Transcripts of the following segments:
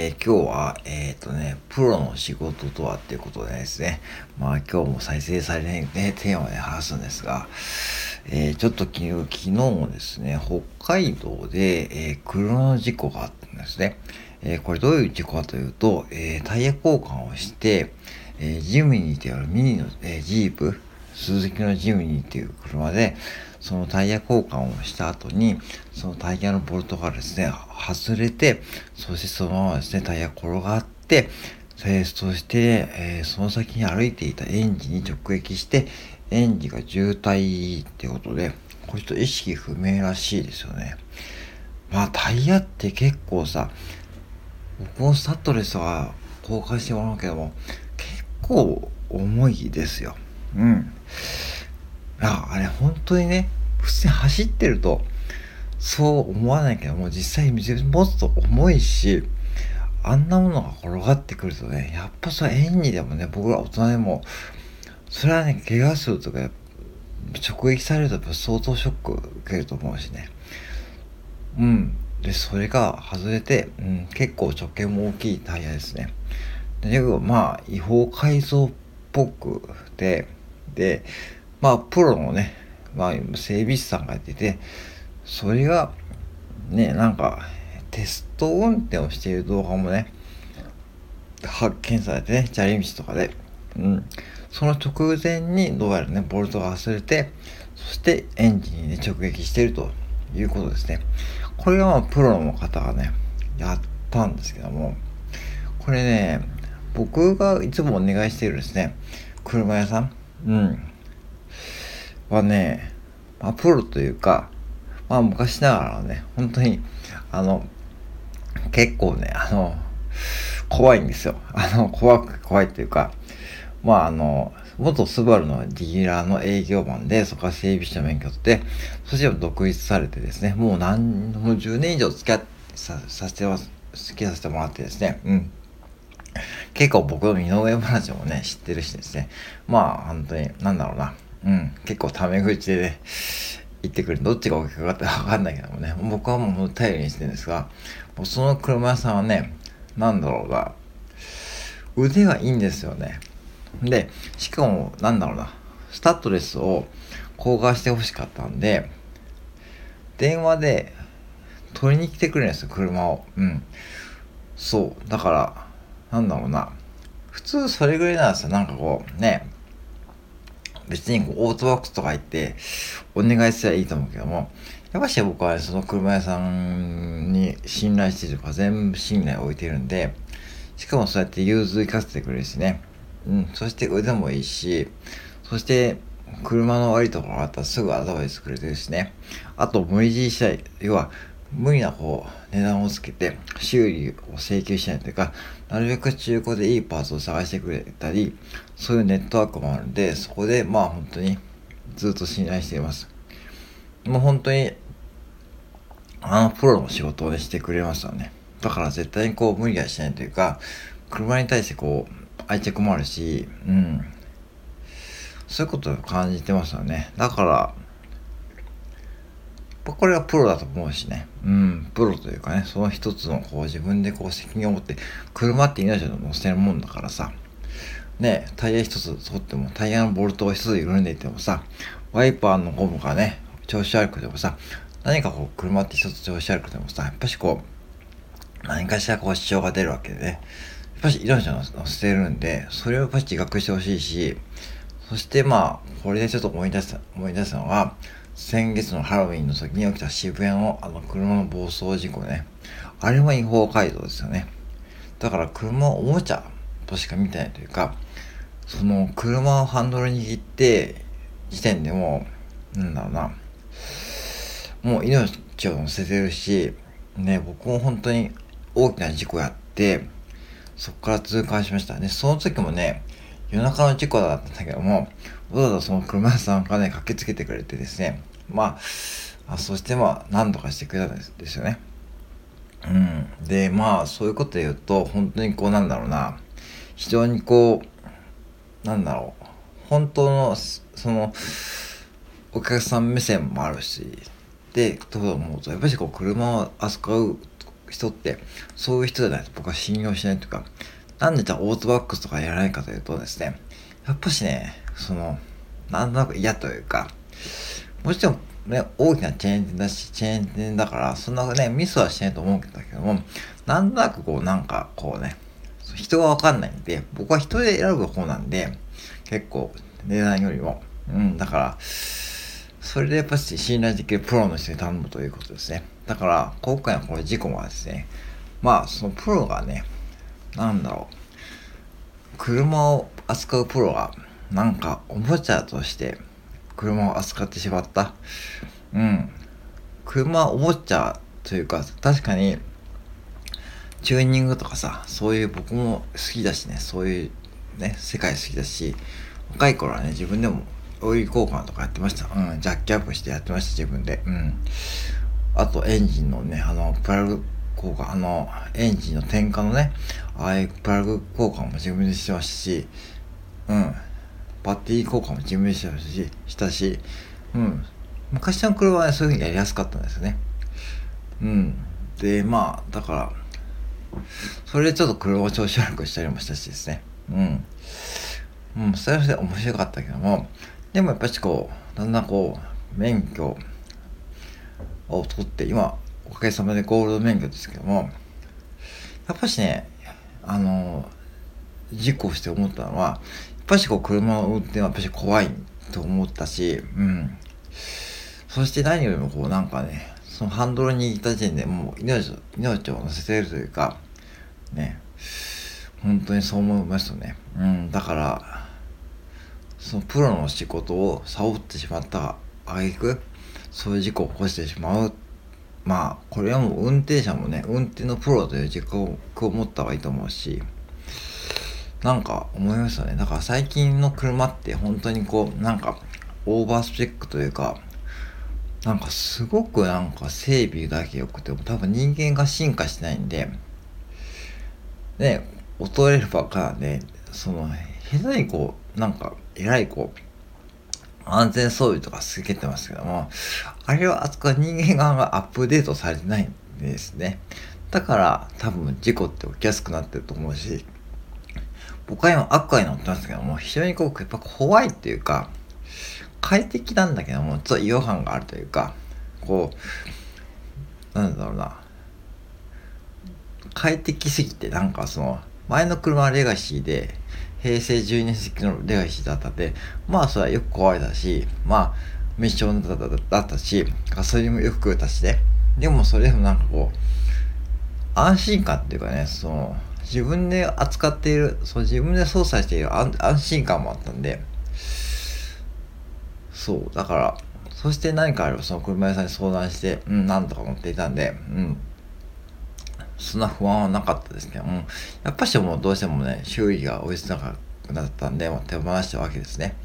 今日は、プロの仕事とはっていうことでですね、今日も再生されない、ね、テーマで話すんですが、ちょっと昨日もですね、北海道で、車の事故があったんですね。これどういう事故かというと、タイヤ交換をして、ジムニーというミニの、ジープ、スズキのジムニーっていう車で、そのタイヤ交換をした後に、そのタイヤのボルトがですね、外れて、そしてそのままですね、タイヤ転がって、そして、その先に歩いていたエンジンに直撃して、エンジンが渋滞ってことで、これちょっと意識不明らしいですよね。タイヤって結構さ、僕もスタッドレスは交換してもらうけども、結構重いですよ。うん。あれ本当にね、普通に走ってると、そう思わないけども、実際持つと重いし、あんなものが転がってくるとね、やっぱ演技でもね、僕ら大人でも、それはね、怪我するとか、直撃されるとやっぱ相当ショック受けると思うしね。うん。で、それが外れて、結構直径も大きいタイヤですね。で、違法改造っぽくで、プロのね、整備士さんがやってて、それが、ね、テスト運転をしている動画もね、発見されてね、砂利道とかで。その直前にどうやらね、ボルトが外れて、そしてエンジンにね、直撃しているということですね。これがプロの方がね、やったんですけども、これね、僕がいつもお願いしているですね、車屋さん、はね、プロというか、昔ながらね、本当に、あの、結構ね、怖いんですよ。怖いっていうか、元スバルのディーラーの営業マンで、そこから整備士の免許を取って、そして独立されてですね、もう10年以上付き合させてます、付き合わせてもらってですね、結構僕の身の上話もね、知ってるしですね、本当に、結構タメ口でね、言ってくる。どっちが大きくかってわかんないけどもね、僕はもう頼りにしてるんですが、もうその車屋さんはね、腕がいいんですよね。で、しかも、スタッドレスを交換してほしかったんで、電話で取りに来てくれるんですよ、車を。そう。だから、普通それぐらいならさ、別にオートバックスとか行ってお願いすればいいと思うけども、やっぱし僕は、ね、その車屋さんに信頼してるとか全部信頼を置いてるんで、しかもそうやって融通行かせてくれるしね。そして腕もいいし、そして車の悪いところがあったらすぐアドバイスくれてるしね。あと無理強いしたい。要は無理な値段をつけて修理を請求しないというか、なるべく中古でいいパーツを探してくれたり、そういうネットワークもあるんで、そこで本当にずっと信頼しています。もう本当にプロの仕事をねしてくれましたね。だから絶対に無理はしないというか、車に対して愛着もあるし、そういうことを感じてますよね。だからこれはプロだと思うしね。プロというかね、その一つの自分で責任を持って、車って命を乗せるもんだからさ、ね、タイヤ一つ取っても、タイヤのボルトが一つ緩んでいてもさ、ワイパーのゴムがね、調子悪くてもさ、何か車って一つ調子悪くてもさ、やっぱし何かしら支障が出るわけでね、やっぱし命を乗せてるんで、それをやっぱし自覚してほしいし、そしてこれでちょっと思い出したのが、先月のハロウィンの時に起きた渋谷の車の暴走事故ね。あれは違法改造ですよね。だから車をおもちゃとしか見てないというか、その車をハンドル握って時点でももう命を乗せてるし、ね、僕も本当に大きな事故やって、そこから痛感しましたね。その時もね、夜中の事故だったんだけども、わざわざその車屋さんがね、駆けつけてくれてですね、そして何とかしてくれたんですよね。で、そういうことで言うと、本当に非常に本当の、お客さん目線もあるし、で、と思うと、やっぱり車を扱う人って、そういう人じゃないと僕は信用しないというか、なんでじゃあオートバックスとかやらないかというとですね、やっぱしね、なんとなく嫌というか、もちろんね、大きなチェーン店だし、チェーン店だから、そんなね、ミスはしないと思うんだけども、なんとなく人がわかんないんで、僕は人で選ぶ方なんで、結構、値段よりも。だから、それでやっぱし信頼できるプロの人に頼むということですね。だから、今回のこの事故はですね、そのプロがね、なんだろう、車を扱うプロが、なんか、おもちゃとして、車を扱ってしまった。うん。車おもちゃというか、確かに、チューニングとかさ、そういう僕も好きだしね、そういうね、世界好きだし、若い頃はね、自分でもオイル交換とかやってました。ジャッキアップしてやってました、自分で。あとエンジンのね、プラグ交換、エンジンの点火のね、ああいうプラグ交換も自分でしてましたし、バッテリー交換も自分でしたし、昔の車はね、そういう風にやりやすかったんですよね。で、だから、それでちょっと車を調子悪くしたりもしたしですね。それはそれで面白かったけども、でもやっぱりだんだん免許を取って、今、おかげさまでゴールド免許ですけども、やっぱしね、事故して思ったのは、やっぱし車の運転はやっぱし怖いと思ったし、そして何よりもそのハンドルにいた時点でもう命を乗せているというか、ね、本当にそう思いますよね。だから、そのプロの仕事をサボってしまった挙句、そういう事故を起こしてしまう。これはもう運転者もね、運転のプロという自覚を持った方がいいと思うし、なんか思いましたね。だから最近の車って本当にオーバースペックというか、すごく整備だけ良くても多分人間が進化してないんで、ね、衰えるばっかなんで、下手にえらい安全装備とかつけてますけども、あれは人間側がアップデートされてないんですね。だから多分事故って起きやすくなってると思うし、僕は今赤に乗ってますけども、非常にやっぱ怖いっていうか、快適なんだけども、ちょっと違和感があるというか、なんだろうな、快適すぎて、前の車はレガシーで、平成12年式のレガシーだったんで、それはよく壊れたし、ミッションだったし、ガソリンもよく食うたしね。でもそれでも安心感っていうかね、自分で扱っている、自分で操作している安心感もあったんで、だから、そして何かあればその車屋さんに相談して、なんとか乗っていたんで、そんな不安はなかったですけども、やっぱしもうどうしてもね、修理が追いつかなくなったんで、手放したわけですね。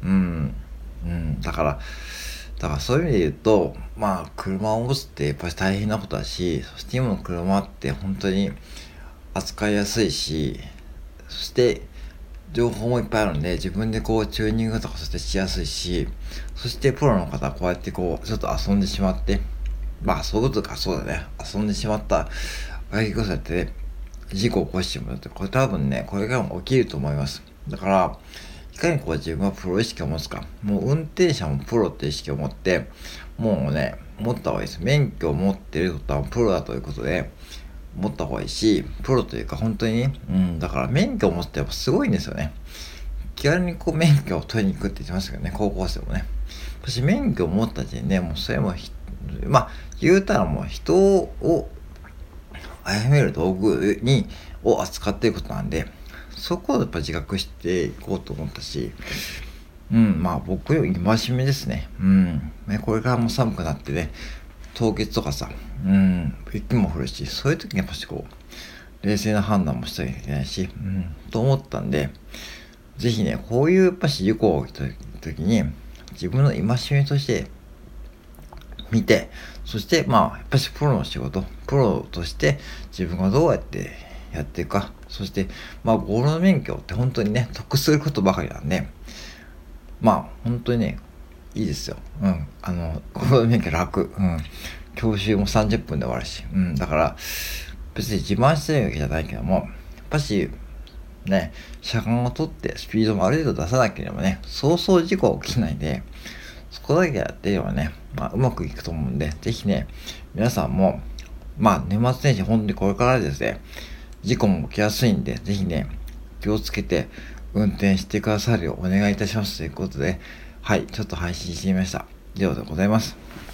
だからそういう意味で言うと、車を持つってやっぱり大変なことだし、そして今の車って本当に扱いやすいし、そして情報もいっぱいあるんで、自分でチューニングとかそしてしやすいし、そしてプロの方はこうやってちょっと遊んでしまって、そういうことか、そうだね。遊んでしまった挙句そうやって、事故を起こしてしまうって、これ多分ね、これからも起きると思います。だから、いかに自分はプロ意識を持つか。もう運転者もプロって意識を持って、もうね、持った方がいいです。免許を持っていることはプロだということで、持った方がいいし、プロというか本当に、だから免許を持ってやっぱすごいんですよね。気軽に免許を取りに行くって言ってましたけどね、高校生もね。私免許を持った時点で、もうそれも言うたらもう人を殺める道具を扱っていることなんで、そこをやっぱ自覚していこうと思ったし、僕より戒めですね。これからも寒くなってね、凍結とかさ、雪も降るし、そういう時にやっぱし冷静な判断もしなきゃいけないし、と思ったんで、ぜひね、こういうやっぱし事故が起きた時に、自分の戒めとして見て、そしてやっぱしプロの仕事、プロとして自分がどうやってやっていくか、そしてゴールド免許って本当にね、得することばかりなんで、本当にね、いいですよ。ゴールド免許楽。 教習も30分で終わるし。だから、別に自慢してるわけじゃないけども、やっぱし、ね、車間を取ってスピードもある程度出さなければね、そうそう事故は起きないで、そこだけやっていればね、うまくいくと思うんで、ぜひね、皆さんも、年末年始本当にこれからですね、事故も起きやすいんで、ぜひね、気をつけて運転してくださるようお願いいたしますということで、はい、ちょっと配信してみました。以上でございます。